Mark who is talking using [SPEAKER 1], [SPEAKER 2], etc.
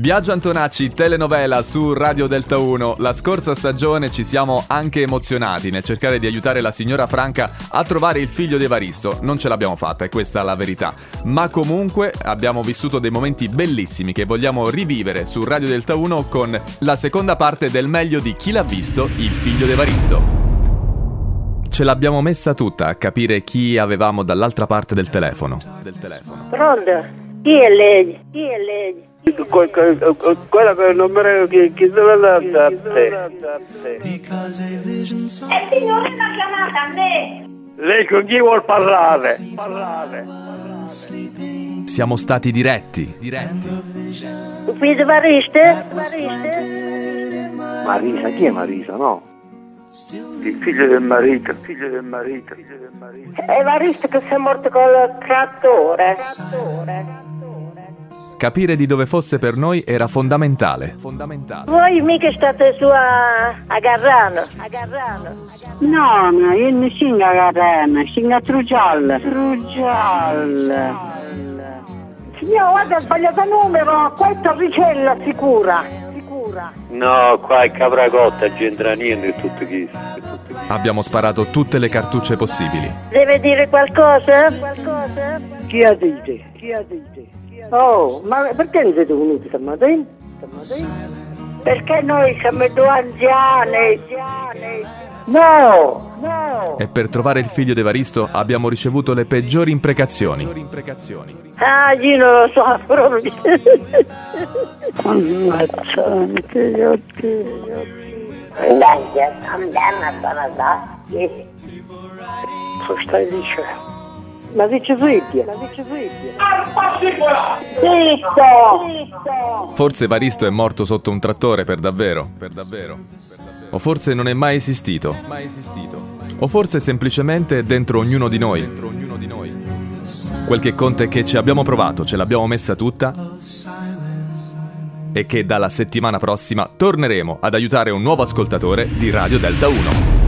[SPEAKER 1] Biagio Antonacci, telenovela su Radio Delta 1. La scorsa stagione ci siamo anche emozionati nel cercare di aiutare la signora Franca a trovare il figlio di Evaristo. Non ce l'abbiamo fatta, è questa la verità. Ma comunque abbiamo vissuto dei momenti bellissimi che vogliamo rivivere su Radio Delta 1 con la seconda parte del meglio di Chi l'ha visto, il figlio di Evaristo. Ce l'abbiamo messa tutta a capire chi avevamo dall'altra parte del telefono.
[SPEAKER 2] Pronto? Chi è lei? Chi è lei?
[SPEAKER 3] Quella che non mi ricordo chi deve andare a te.
[SPEAKER 2] Signore, l'ha chiamata a me.
[SPEAKER 3] Lei con chi vuol parlare?
[SPEAKER 1] Siamo stati diretti.
[SPEAKER 2] Il figlio di Variste?
[SPEAKER 3] Marisa, chi è Marisa? No. Il figlio del marito.
[SPEAKER 2] Variste che si è morto col trattore.
[SPEAKER 1] Capire di dove fosse per noi era fondamentale.
[SPEAKER 2] Voi mica state su a Garrano?
[SPEAKER 4] No, io non sono a Garrano, sono a Trugialla.
[SPEAKER 2] Signora, guarda, ha sbagliato numero, qua è Torricella, sicura.
[SPEAKER 3] No, qua è Capracotta, c'entra niente, è tutto chi.
[SPEAKER 1] Abbiamo sparato tutte le cartucce possibili.
[SPEAKER 2] Deve dire qualcosa?
[SPEAKER 3] Chi ha dite?
[SPEAKER 2] Oh, ma perché non siete venuti stamattina? Perché noi siamo due anziani. No!
[SPEAKER 1] E per trovare il figlio di Evaristo abbiamo ricevuto le peggiori imprecazioni.
[SPEAKER 2] Ah, io non lo so proprio.
[SPEAKER 4] Ammazzante, oddio.
[SPEAKER 2] Cosa stai dicendo? Ma dice Zittia. Zitto!
[SPEAKER 1] Forse Evaristo è morto sotto un trattore per davvero. O forse non è mai esistito. O forse semplicemente è dentro ognuno di noi. Quel che conta è che ci abbiamo provato, ce l'abbiamo messa tutta e che dalla settimana prossima torneremo ad aiutare un nuovo ascoltatore di Radio Delta 1.